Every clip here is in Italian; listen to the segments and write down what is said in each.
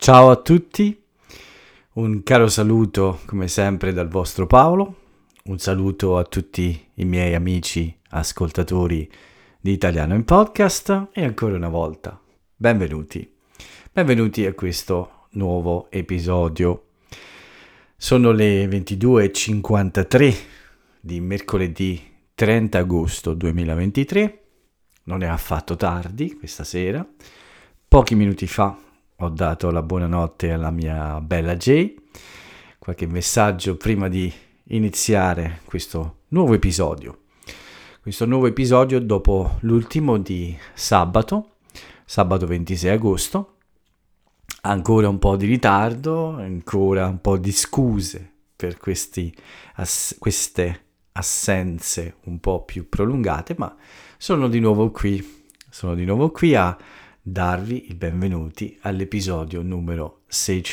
Ciao a tutti, un caro saluto come sempre dal vostro Paolo, un saluto a tutti i miei amici ascoltatori di Italiano in Podcast e ancora una volta benvenuti a questo nuovo episodio. Sono le 22:53 di mercoledì 30 agosto 2023, non è affatto tardi questa sera, pochi minuti fa ho dato la buonanotte alla mia bella Jay, qualche messaggio prima di iniziare questo nuovo episodio dopo l'ultimo di sabato 26 agosto, ancora un po' di ritardo, ancora un po' di scuse per queste assenze un po' più prolungate, ma sono di nuovo qui a darvi i benvenuti all'episodio numero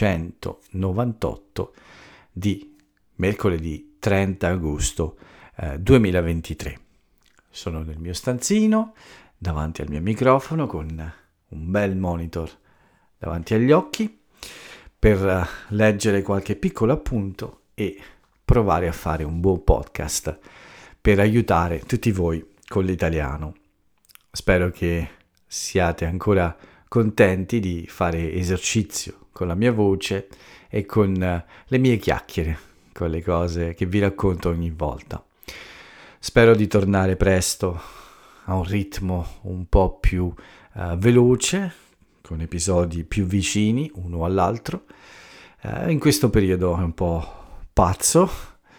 698 di mercoledì 30 agosto 2023. Sono nel mio stanzino, davanti al mio microfono, con un bel monitor davanti agli occhi, per leggere qualche piccolo appunto e provare a fare un buon podcast per aiutare tutti voi con l'italiano. Spero che siate ancora contenti di fare esercizio con la mia voce e con le mie chiacchiere, con le cose che vi racconto ogni volta. Spero di tornare presto a un ritmo un po' più veloce, con episodi più vicini uno all'altro. In questo periodo è un po' pazzo,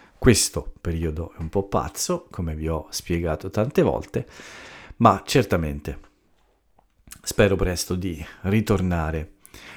come vi ho spiegato tante volte, ma certamente spero presto di ritornare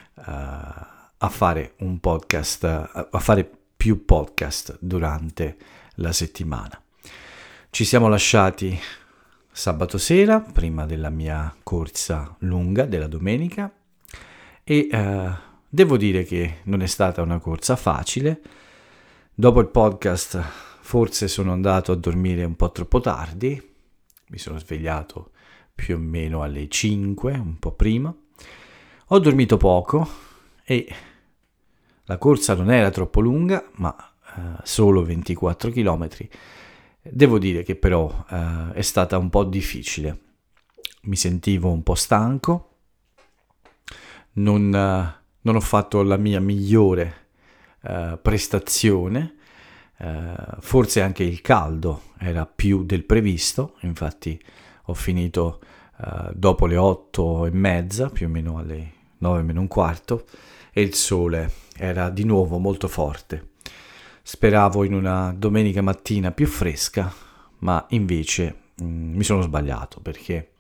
a fare un podcast, a fare più podcast durante la settimana. Ci siamo lasciati sabato sera, prima della mia corsa lunga della domenica, e devo dire che non è stata una corsa facile. Dopo il podcast forse sono andato a dormire un po' troppo tardi, mi sono svegliato più o meno alle 5, un po' prima. Ho dormito poco e la corsa non era troppo lunga, ma solo 24 km. Devo dire che però è stata un po' difficile. Mi sentivo un po' stanco, non ho fatto la mia migliore prestazione, forse anche il caldo era più del previsto, infatti ho finito dopo le 8:30, più o meno alle 9 meno un quarto, e il sole era di nuovo molto forte. Speravo in una domenica mattina più fresca, ma invece mi sono sbagliato, perché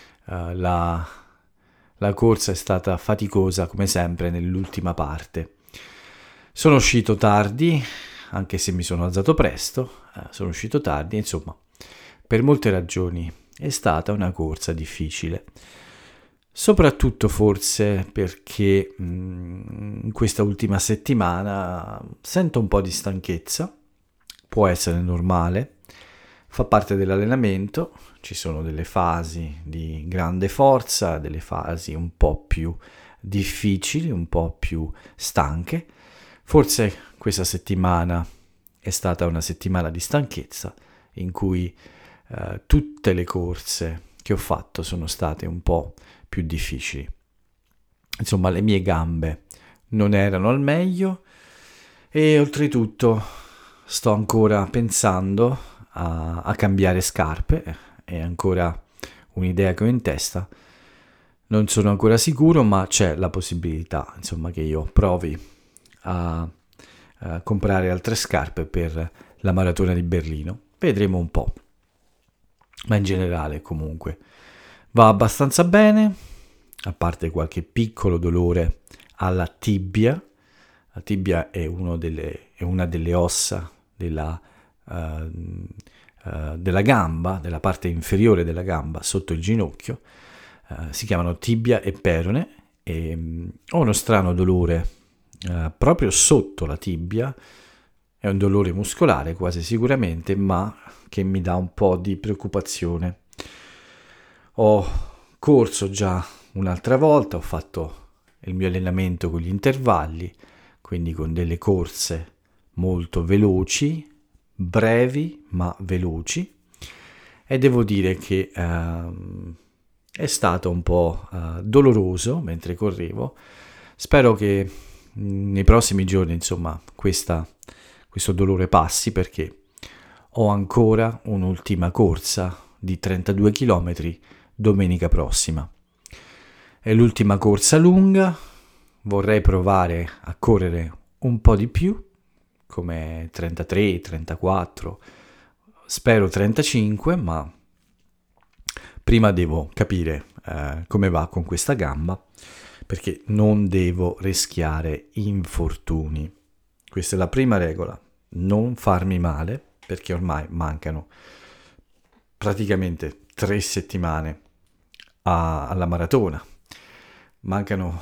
la corsa è stata faticosa come sempre nell'ultima parte. Sono uscito tardi, anche se mi sono alzato presto, insomma, per molte ragioni è stata una corsa difficile, soprattutto forse perché in questa ultima settimana sento un po' di stanchezza. Può essere normale, fa parte dell'allenamento, ci sono delle fasi di grande forza, delle fasi un po' più difficili, un po' più stanche. Forse questa settimana è stata una settimana di stanchezza in cui tutte le corse che ho fatto sono state un po' più difficili. Insomma, le mie gambe non erano al meglio e oltretutto sto ancora pensando a cambiare scarpe, è ancora un'idea che ho in testa. Non sono ancora sicuro, ma c'è la possibilità, insomma, che io provi a comprare altre scarpe per la maratona di Berlino. Vedremo un po'. Ma in generale comunque va abbastanza bene, a parte qualche piccolo dolore alla tibia. La tibia è una delle ossa della gamba, della parte inferiore della gamba sotto il ginocchio. Si chiamano tibia e perone, e ho uno strano dolore proprio sotto la tibia. È un dolore muscolare quasi sicuramente, ma che mi dà un po' di preoccupazione. Ho corso già un'altra volta, ho fatto il mio allenamento con gli intervalli, quindi con delle corse molto veloci, brevi ma veloci, e devo dire che è stato un po' doloroso mentre correvo. Spero che nei prossimi giorni, insomma, questo dolore passi, perché ho ancora un'ultima corsa di 32 km domenica prossima. È l'ultima corsa lunga, vorrei provare a correre un po' di più, come 33, 34, spero 35, ma prima devo capire come va con questa gamba, perché non devo rischiare infortuni. Questa è la prima regola, non farmi male, perché ormai mancano praticamente 3 settimane alla maratona. Mancano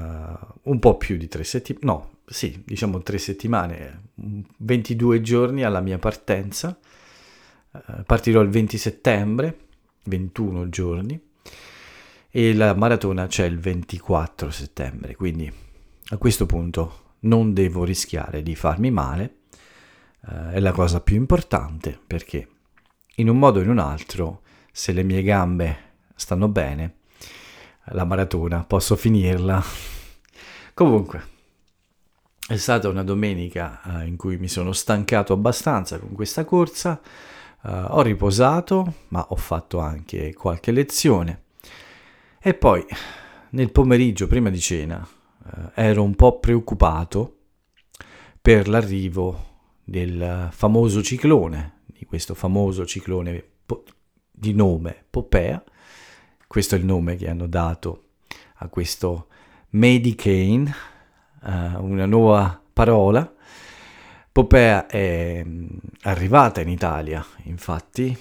un po' più di 3 settimane, no, sì, diciamo 3 settimane, 22 giorni alla mia partenza. Partirò il 20 settembre, 21 giorni, e la maratona c'è il 24 settembre, quindi a questo punto non devo rischiare di farmi male, è la cosa più importante, perché in un modo o in un altro, se le mie gambe stanno bene, la maratona posso finirla. Comunque, è stata una domenica in cui mi sono stancato abbastanza con questa corsa, ho riposato, ma ho fatto anche qualche lezione, e poi nel pomeriggio prima di cena ero un po' preoccupato per l'arrivo del famoso ciclone, di questo famoso ciclone di nome Popea. Questo è il nome che hanno dato a questo Medicane, una nuova parola. Popea è arrivata in Italia, infatti,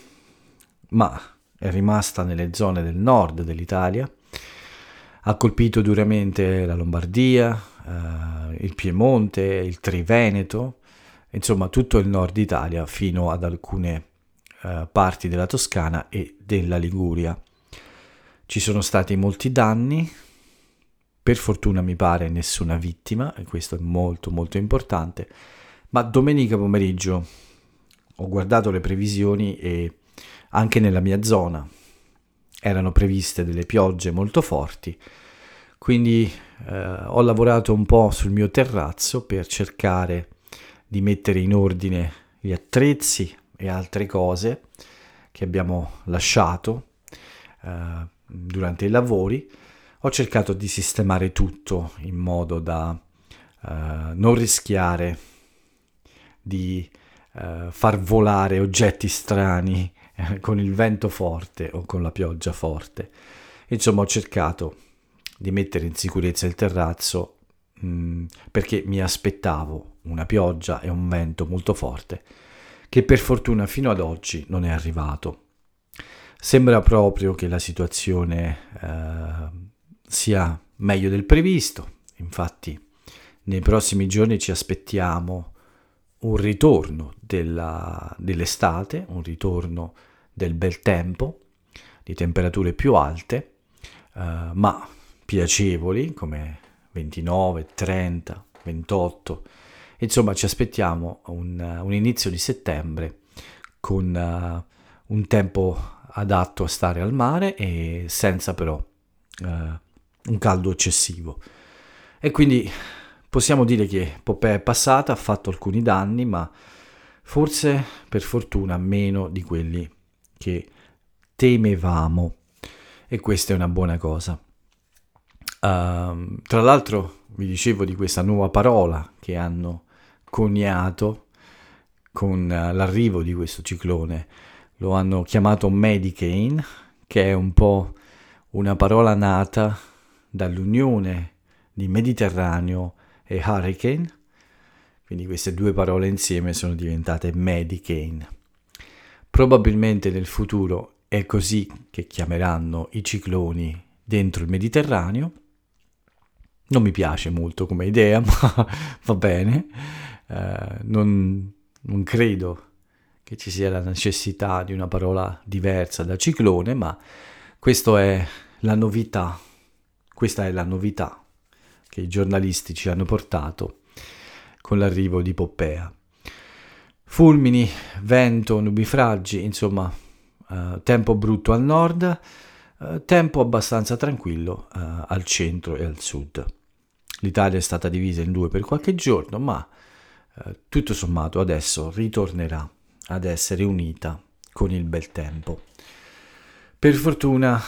ma è rimasta nelle zone del nord dell'Italia. Ha colpito duramente la Lombardia, il Piemonte, il Triveneto, insomma tutto il nord Italia fino ad alcune parti della Toscana e della Liguria. Ci sono stati molti danni, per fortuna mi pare nessuna vittima, e questo è molto molto importante, ma domenica pomeriggio ho guardato le previsioni e anche nella mia zona erano previste delle piogge molto forti, quindi ho lavorato un po' sul mio terrazzo per cercare di mettere in ordine gli attrezzi e altre cose che abbiamo lasciato durante i lavori. Ho cercato di sistemare tutto in modo da non rischiare di far volare oggetti strani con il vento forte o con la pioggia forte. Insomma, ho cercato di mettere in sicurezza il terrazzo perché mi aspettavo una pioggia e un vento molto forte, che per fortuna fino ad oggi non è arrivato. Sembra proprio che la situazione sia meglio del previsto. Infatti nei prossimi giorni ci aspettiamo un ritorno dell'estate, un ritorno del bel tempo, di temperature più alte, ma piacevoli, come 29, 30, 28. Insomma, ci aspettiamo un inizio di settembre con un tempo adatto a stare al mare e senza però un caldo eccessivo. E quindi possiamo dire che Popea è passata, ha fatto alcuni danni, ma forse per fortuna meno di quelli che temevamo, e questa è una buona cosa. Tra l'altro vi dicevo di questa nuova parola che hanno coniato con l'arrivo di questo ciclone. Lo hanno chiamato Medicane, che è un po' una parola nata dall'unione di Mediterraneo e Hurricane, quindi queste due parole insieme sono diventate Medicane. Probabilmente nel futuro è così che chiameranno i cicloni dentro il Mediterraneo. Non mi piace molto come idea, ma va bene. Non credo che ci sia la necessità di una parola diversa da ciclone, ma questa è la novità. Questa è la novità che i giornalisti ci hanno portato con l'arrivo di Poppea. Fulmini, vento, nubifragi, insomma, tempo brutto al nord, tempo abbastanza tranquillo al centro e al sud. L'Italia è stata divisa in due per qualche giorno, ma tutto sommato adesso ritornerà ad essere unita con il bel tempo. Per fortuna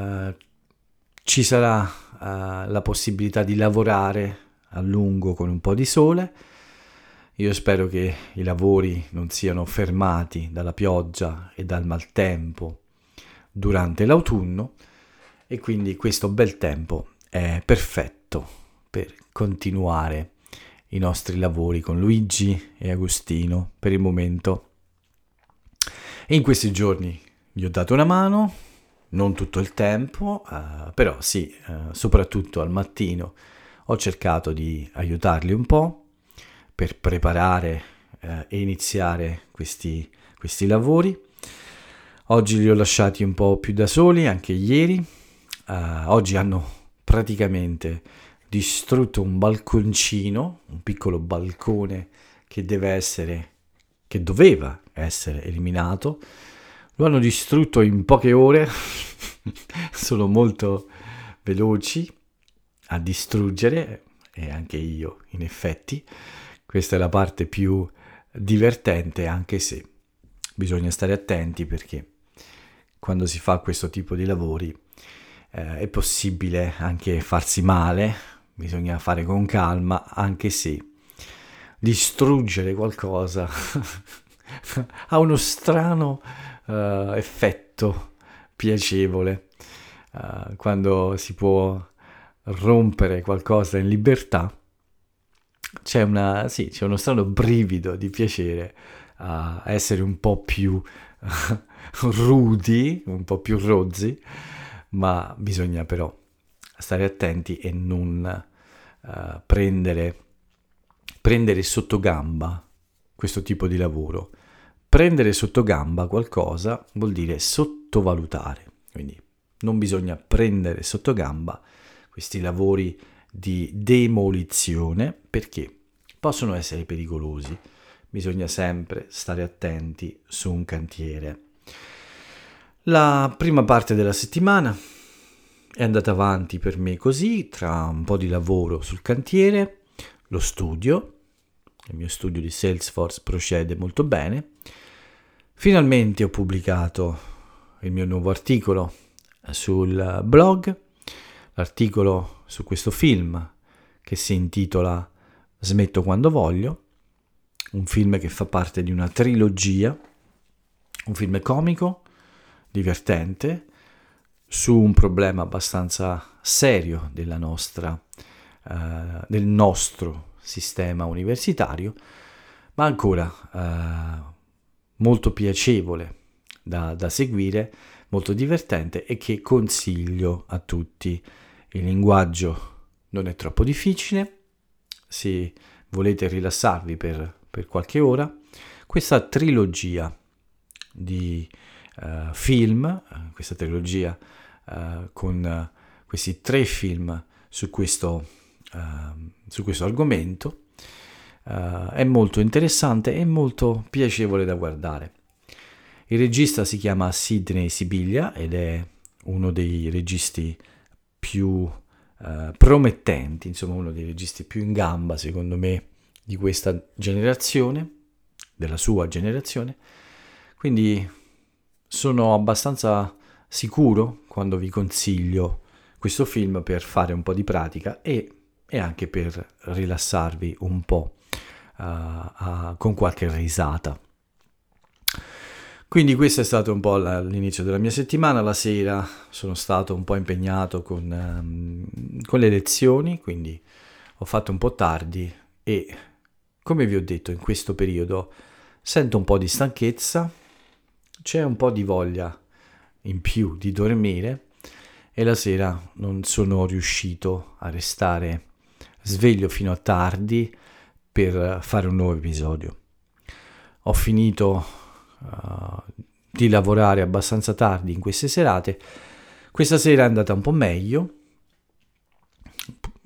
ci sarà la possibilità di lavorare a lungo con un po' di sole. Io spero che i lavori non siano fermati dalla pioggia e dal maltempo durante l'autunno, e quindi questo bel tempo è perfetto per continuare i nostri lavori con Luigi e Agostino per il momento. E in questi giorni gli ho dato una mano, non tutto il tempo, però sì, soprattutto al mattino ho cercato di aiutarli un po' per preparare e iniziare questi lavori. Oggi li ho lasciati un po' più da soli, anche ieri. Oggi hanno praticamente distrutto un balconcino, un piccolo balcone che doveva essere eliminato. Lo hanno distrutto in poche ore, sono molto veloci a distruggere, e anche io in effetti. Questa è la parte più divertente, anche se bisogna stare attenti, perché quando si fa questo tipo di lavori è possibile anche farsi male, bisogna fare con calma, anche se distruggere qualcosa ha uno strano effetto piacevole. Quando si può rompere qualcosa in libertà, c'è uno strano brivido di piacere a essere un po' più rudi, un po' più rozzi, ma bisogna però stare attenti e non prendere sotto gamba questo tipo di lavoro. Prendere sotto gamba qualcosa vuol dire sottovalutare, quindi non bisogna prendere sotto gamba questi lavori di demolizione, perché possono essere pericolosi. Bisogna sempre stare attenti su un cantiere. La prima parte della settimana è andata avanti per me così, tra un po' di lavoro sul cantiere, lo studio. Il mio studio di Salesforce procede molto bene. Finalmente ho pubblicato il mio nuovo articolo sul blog, l'articolo su questo film che si intitola Smetto quando voglio, un film che fa parte di una trilogia, un film comico, divertente, su un problema abbastanza serio del nostro sistema universitario, ma ancora molto piacevole da seguire, molto divertente, e che consiglio a tutti. Il linguaggio non è troppo difficile, se volete rilassarvi per qualche ora. Questa trilogia di film, questa trilogia con questi 3 film su questo argomento, è molto interessante e molto piacevole da guardare. Il regista si chiama Sidney Sibiglia ed è uno dei registi più promettenti, insomma uno dei registi più in gamba secondo me di questa generazione, della sua generazione, quindi sono abbastanza sicuro quando vi consiglio questo film per fare un po' di pratica e anche per rilassarvi un po' con qualche risata. Quindi questo è stato un po' l'inizio della mia settimana. La sera sono stato un po' impegnato con le lezioni, quindi ho fatto un po' tardi e, come vi ho detto, in questo periodo sento un po' di stanchezza, c'è un po' di voglia in più di dormire e la sera non sono riuscito a restare sveglio fino a tardi per fare un nuovo episodio. Ho finito di lavorare abbastanza tardi in queste serate. Questa sera è andata un po' meglio,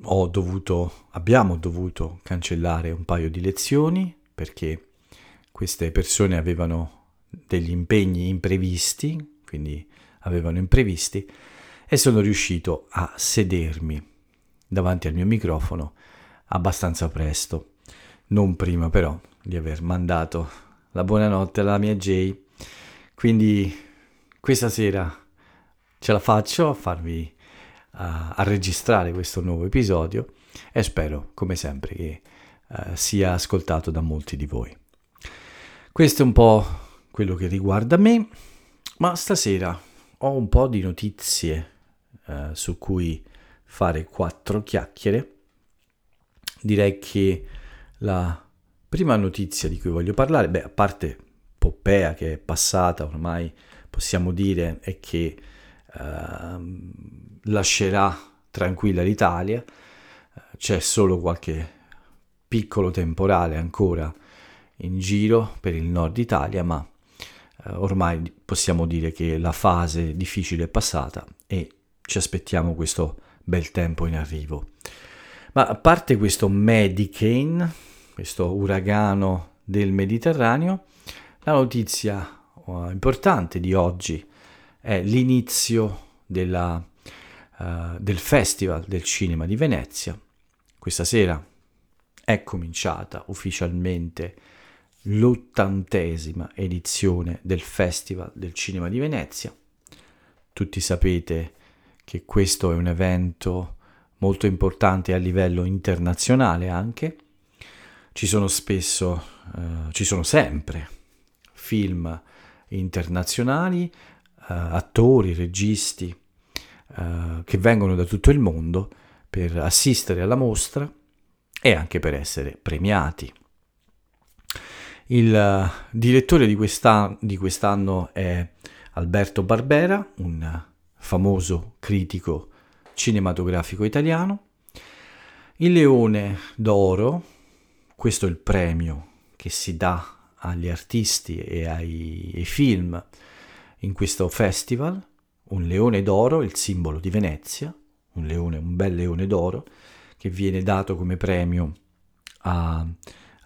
abbiamo dovuto cancellare un paio di lezioni perché queste persone avevano degli impegni imprevisti, quindi avevano imprevisti, e sono riuscito a sedermi davanti al mio microfono abbastanza presto, non prima però di aver mandato la buonanotte alla mia Jay. Quindi questa sera ce la faccio a registrare questo nuovo episodio e spero, come sempre, che sia ascoltato da molti di voi. Questo è un po' quello che riguarda me, ma stasera ho un po' di notizie su cui fare 4 chiacchiere. Direi che la prima notizia di cui voglio parlare, a parte Poppea che è passata ormai, possiamo dire, è che lascerà tranquilla l'Italia. C'è solo qualche piccolo temporale ancora in giro per il nord Italia, ma ormai possiamo dire che la fase difficile è passata e ci aspettiamo questo bel tempo in arrivo. Ma a parte questo Medicane, questo uragano del Mediterraneo, la notizia importante di oggi è l'inizio del Festival del Cinema di Venezia. Questa sera è cominciata ufficialmente l'80ª edizione del Festival del Cinema di Venezia. Tutti sapete che questo è un evento molto importante a livello internazionale anche. Ci sono sempre film internazionali, attori, registi che vengono da tutto il mondo per assistere alla mostra e anche per essere premiati. Il direttore di quest'anno è Alberto Barbera, un famoso critico cinematografico italiano. Il Leone d'Oro, questo è il premio che si dà agli artisti e ai film in questo festival. Un leone d'oro, il simbolo di Venezia, un bel leone d'oro che viene dato come premio alle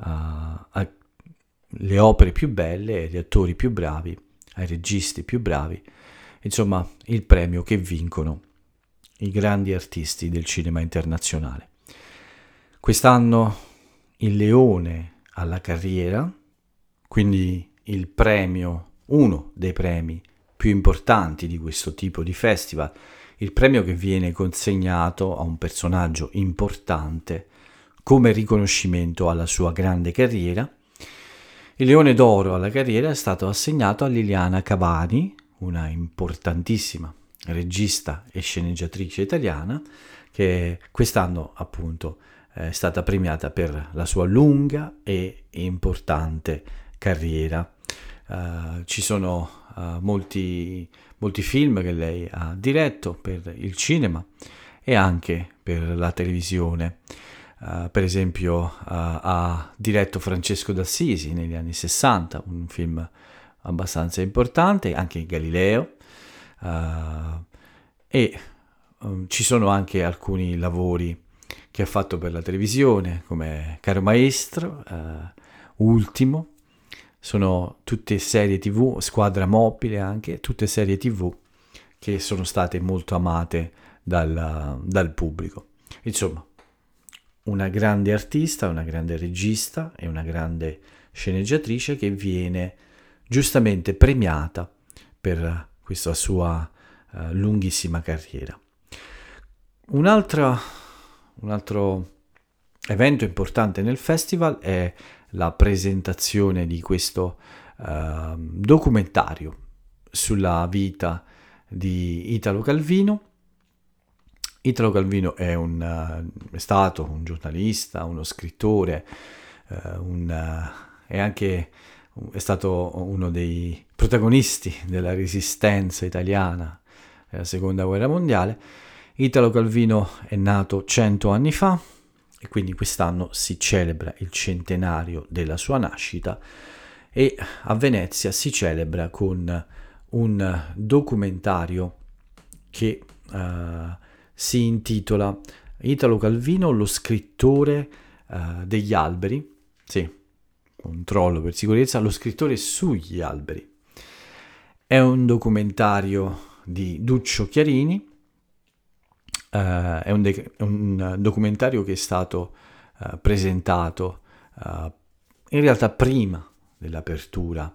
opere più belle, agli attori più bravi, ai registi più bravi, insomma il premio che vincono i grandi artisti del cinema internazionale. Quest'anno il Leone alla carriera, quindi il premio, uno dei premi più importanti di questo tipo di festival, il premio che viene consegnato a un personaggio importante come riconoscimento alla sua grande carriera. Il Leone d'Oro alla carriera è stato assegnato a Liliana Cavani, una importantissima regista e sceneggiatrice italiana, che quest'anno appunto è stata premiata per la sua lunga e importante carriera. Ci sono molti film che lei ha diretto per il cinema e anche per la televisione. Per esempio ha diretto Francesco d'Assisi negli anni 60, un film abbastanza importante, anche Galileo, e ci sono anche alcuni lavori che ha fatto per la televisione, come Caro Maestro, Ultimo. Sono tutte serie TV, Squadra Mobile anche, tutte serie TV che sono state molto amate dal pubblico. Insomma, una grande artista, una grande regista e una grande sceneggiatrice che viene giustamente premiata per questa sua lunghissima carriera. Un altro evento importante nel festival è la presentazione di questo documentario sulla vita di Italo Calvino. Italo Calvino è stato un giornalista, uno scrittore, è stato uno dei protagonisti della resistenza italiana nella Seconda Guerra Mondiale. Italo Calvino è nato 100 anni fa e quindi quest'anno si celebra il centenario della sua nascita e a Venezia si celebra con un documentario che si intitola Italo Calvino, lo scrittore degli alberi, sì, controllo per sicurezza, lo scrittore sugli alberi. È un documentario di Duccio Chiarini, è un documentario che è stato presentato in realtà prima dell'apertura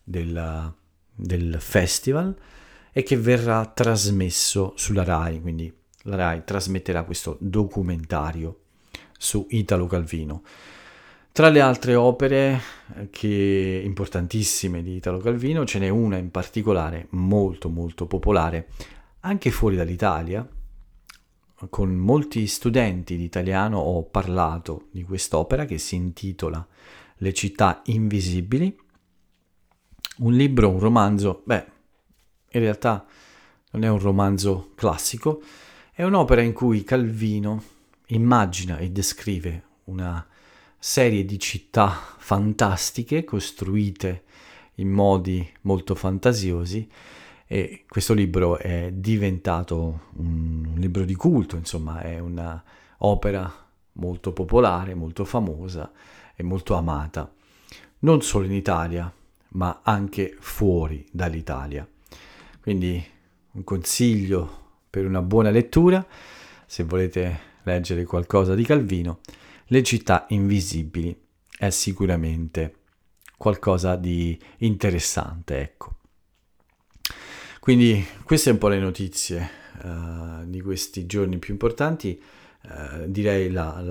del festival e che verrà trasmesso sulla Rai, quindi la Rai trasmetterà questo documentario su Italo Calvino. Tra le altre opere importantissime di Italo Calvino ce n'è una in particolare molto molto popolare anche fuori dall'Italia. Con molti studenti di italiano ho parlato di quest'opera che si intitola Le città invisibili, un libro, un romanzo, in realtà non è un romanzo classico, è un'opera in cui Calvino immagina e descrive una serie di città fantastiche costruite in modi molto fantasiosi, e questo libro è diventato un libro di culto, insomma è una opera molto popolare, molto famosa e molto amata, non solo in Italia, ma anche fuori dall'Italia. Quindi un consiglio per una buona lettura, se volete leggere qualcosa di Calvino, Le città invisibili è sicuramente qualcosa di interessante, ecco. Quindi queste un po' le notizie di questi giorni più importanti. Direi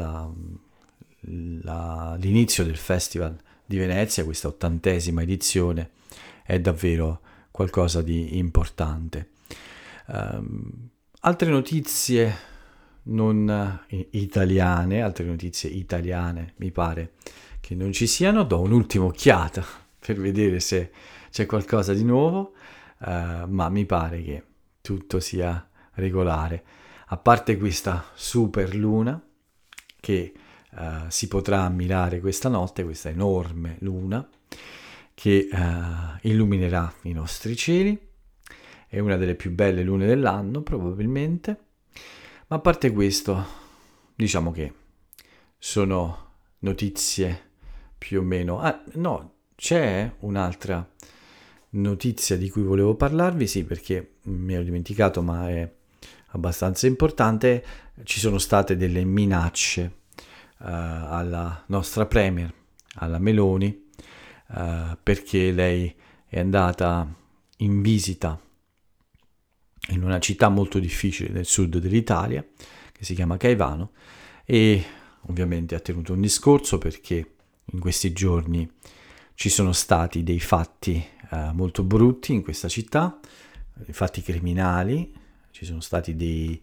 l'inizio del Festival di Venezia, questa 80ª edizione, è davvero qualcosa di importante. Altre notizie non italiane, altre notizie italiane mi pare che non ci siano. Do un'ultima occhiata per vedere se c'è qualcosa di nuovo. Ma mi pare che tutto sia regolare, a parte questa super luna che si potrà ammirare questa notte, questa enorme luna che illuminerà i nostri cieli, è una delle più belle lune dell'anno probabilmente, ma a parte questo diciamo che sono notizie più o meno... no, c'è un'altra notizia di cui volevo parlarvi, sì, perché mi ero dimenticato, ma è abbastanza importante. Ci sono state delle minacce alla nostra premier, alla Meloni, perché lei è andata in visita in una città molto difficile nel sud dell'Italia, che si chiama Caivano, e ovviamente ha tenuto un discorso perché in questi giorni ci sono stati dei fatti molto brutti in questa città, fatti criminali, ci sono stati dei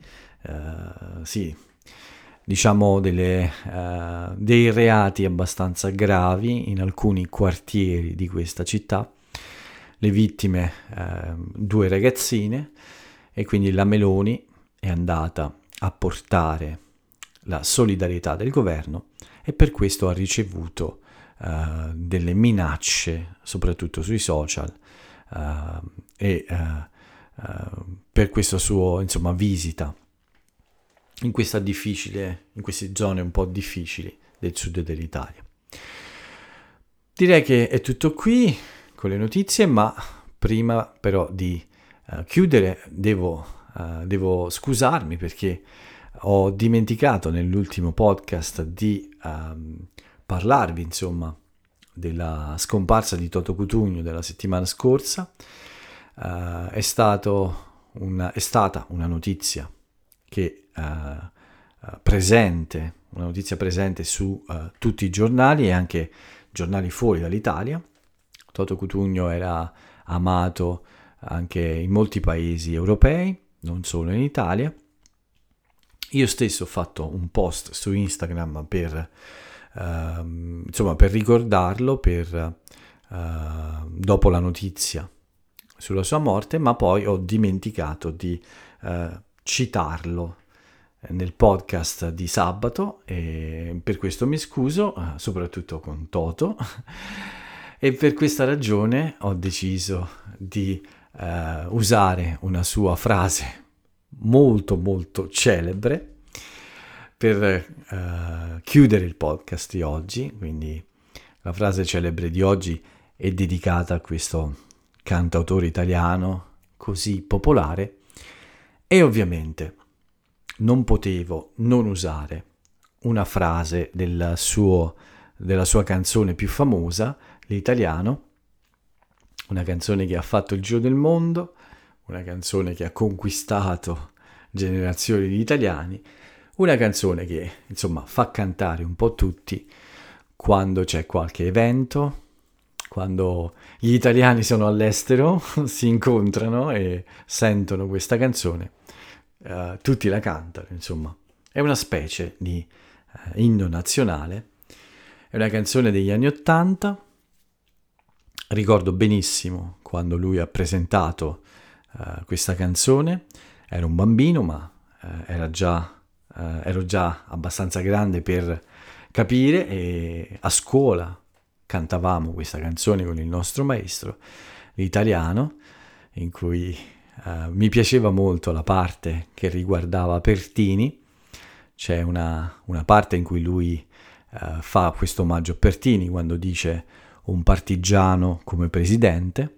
reati abbastanza gravi in alcuni quartieri di questa città, le vittime 2 ragazzine, e quindi la Meloni è andata a portare la solidarietà del governo e per questo ha ricevuto delle minacce, soprattutto sui social, per questa sua visita in queste zone un po' difficili del sud dell'Italia. Direi che è tutto qui con le notizie, ma prima però di chiudere devo scusarmi perché ho dimenticato nell'ultimo podcast di parlarvi insomma della scomparsa di Toto Cutugno della settimana scorsa. È stata una notizia che una notizia presente su tutti i giornali e anche giornali fuori dall'Italia. Toto Cutugno era amato anche in molti paesi europei, non solo in Italia. Io stesso ho fatto un post su Instagram per ricordarlo, dopo la notizia sulla sua morte, ma poi ho dimenticato di citarlo nel podcast di sabato e per questo mi scuso, soprattutto con Toto, e per questa ragione ho deciso di usare una sua frase molto molto celebre, per chiudere il podcast di oggi, quindi la frase celebre di oggi è dedicata a questo cantautore italiano così popolare e ovviamente non potevo non usare una frase della sua canzone più famosa, L'Italiano, una canzone che ha fatto il giro del mondo, una canzone che ha conquistato generazioni di italiani, una canzone che insomma fa cantare un po' tutti quando c'è qualche evento, quando gli italiani sono all'estero, si incontrano e sentono questa canzone, tutti la cantano, insomma. È una specie di inno nazionale, è una canzone degli anni *80. Ricordo benissimo quando lui ha presentato questa canzone, ero un bambino ma ero già abbastanza grande per capire e a scuola cantavamo questa canzone con il nostro maestro, L'Italiano, in cui mi piaceva molto la parte che riguardava Pertini. C'è una parte in cui lui fa questo omaggio a Pertini quando dice un partigiano come presidente,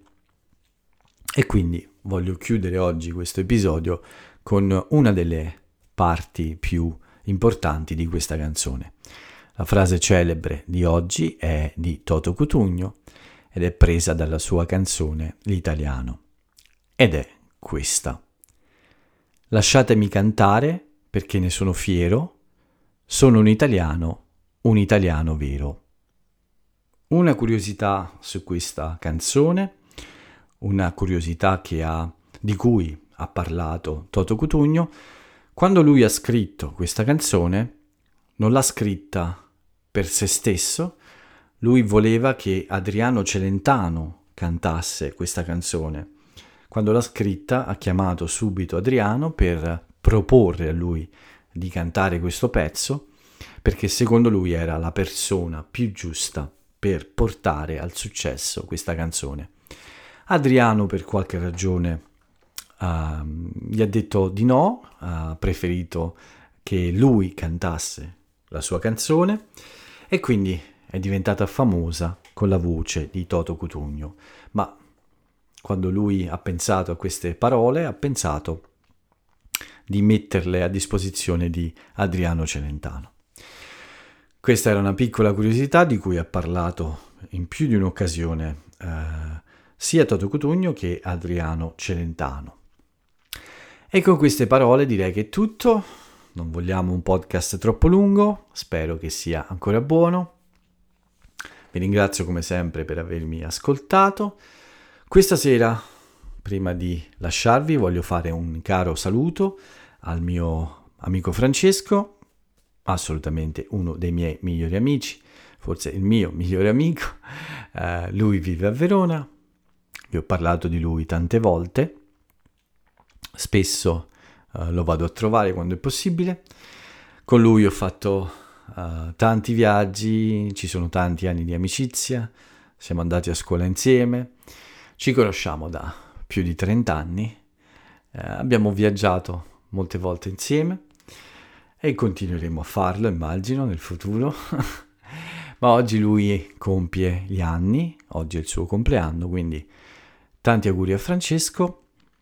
e quindi voglio chiudere oggi questo episodio con una delle parti più importanti di questa canzone. La frase celebre di oggi è di Toto Cutugno ed è presa dalla sua canzone L'Italiano ed è questa: lasciatemi cantare perché ne sono fiero, sono un italiano vero. Una curiosità su questa canzone, una curiosità di cui ha parlato Toto Cutugno: quando lui ha scritto questa canzone non l'ha scritta per se stesso, lui voleva che Adriano Celentano cantasse questa canzone. Quando l'ha scritta ha chiamato subito Adriano per proporre a lui di cantare questo pezzo, perché secondo lui era la persona più giusta per portare al successo questa canzone. Adriano per qualche ragione gli ha detto di no, ha preferito che lui cantasse la sua canzone e quindi è diventata famosa con la voce di Toto Cutugno. Ma quando lui ha pensato a queste parole ha pensato di metterle a disposizione di Adriano Celentano. Questa era una piccola curiosità di cui ha parlato in più di un'occasione sia Toto Cutugno che Adriano Celentano. E con queste parole direi che è tutto. Non vogliamo un podcast troppo lungo, spero che sia ancora buono. Vi ringrazio come sempre per avermi ascoltato. Questa sera, prima di lasciarvi, voglio fare un caro saluto al mio amico Francesco, assolutamente uno dei miei migliori amici, forse il mio migliore amico. Lui vive a Verona, vi ho parlato di lui tante volte, spesso lo vado a trovare quando è possibile. Con lui ho fatto tanti viaggi, ci sono tanti anni di amicizia, siamo andati a scuola insieme, ci conosciamo da più di 30 anni, abbiamo viaggiato molte volte insieme e continueremo a farlo, immagino, nel futuro. Ma oggi lui compie gli anni, oggi è il suo compleanno, quindi tanti auguri a Francesco.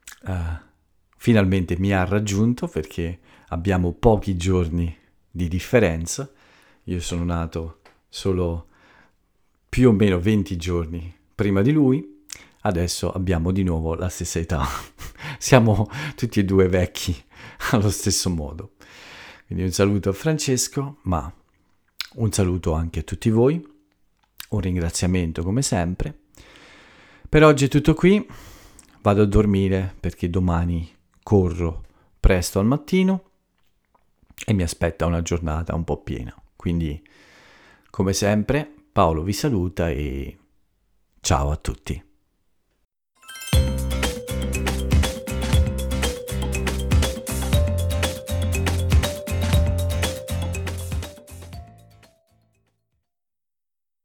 Finalmente mi ha raggiunto perché abbiamo pochi giorni di differenza. Io sono nato solo più o meno 20 giorni prima di lui, adesso abbiamo di nuovo la stessa età. Siamo tutti e due vecchi allo stesso modo. Quindi un saluto a Francesco, ma un saluto anche a tutti voi, un ringraziamento come sempre. Per oggi è tutto qui, vado a dormire perché domani corro presto al mattino e mi aspetta una giornata un po' piena. Quindi, come sempre, Paolo vi saluta e ciao a tutti.